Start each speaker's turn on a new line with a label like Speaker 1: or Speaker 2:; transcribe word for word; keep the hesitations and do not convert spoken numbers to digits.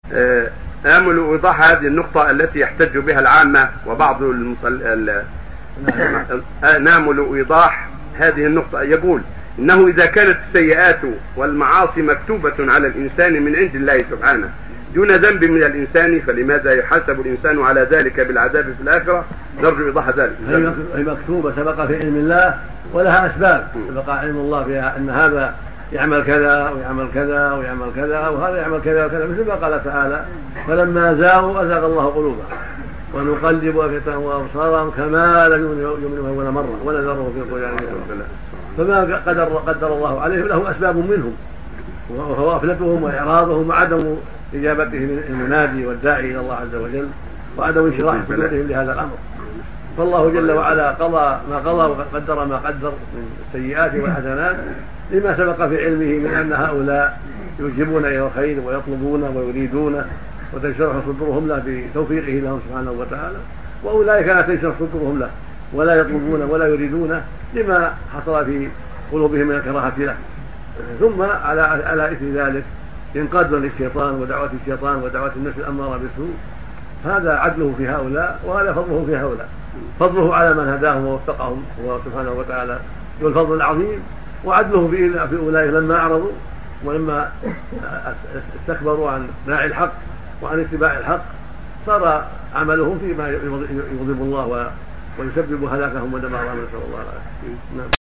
Speaker 1: آمل إيضاح هذه النقطة التي يحتج بها العامة وبعض المصل... نامل إيضاح هذه النقطة. يقول إنه إذا كانت السيئات والمعاصي مكتوبة على الإنسان من عند الله سبحانه دون ذنب من الإنسان، فلماذا يحاسب الإنسان على ذلك بالعذاب في الآخرة؟ نرجو إيضاح ذلك.
Speaker 2: هي مكتوبة سبق في علم الله ولها أسباب، سبق علم الله فيها أن هذا يعمل كذا ويعمل كذا ويعمل كذا وهذا يعمل كذا وكذا، مثل ما قال تعالى فلما زاغوا أزاغ الله قلوبهم ونقلب أفئدتهم وأبصارهم كما لم يؤمنوا أول مرة ونذرهم في طغيانهم. فما قدر قدر الله عليه له أسباب منهم، وهو غفلتهم وإعراضهم وعدم إجابتهم المنادي والداعي إلى الله عز وجل وعدم انشراح صدورهم لهذا الأمر. فالله جل وعلا قضى ما قضى وقدر ما قدر من السيئات والحسنات لما سبق في علمه من أن هؤلاء يجيبون إلى الخير ويطلبون ويريدون وتنشرح صدورهم له بتوفيقه لهم سبحانه وتعالى، وأولئك لا تنشرح صدورهم له ولا يطلبون ولا يريدون لما حصل في قلوبهم من الكراهة له. ثم على على إثر ذلك إنقاذا للشيطان ودعوة الشيطان ودعوة النفس الأمارة بالسوء. هذا عدله في هؤلاء وهذا فضله في هؤلاء، فضله على من هداهم ووفقهم هو سبحانه وتعالى ذو الفضل العظيم، وعدله في أولئك لما أعرضوا ولما استكبروا عن داعي الحق وعن اتباع الحق صار عملهم فيما يغضب الله ويسبب هلاكهم ودمارهم، نسأل الله العافية.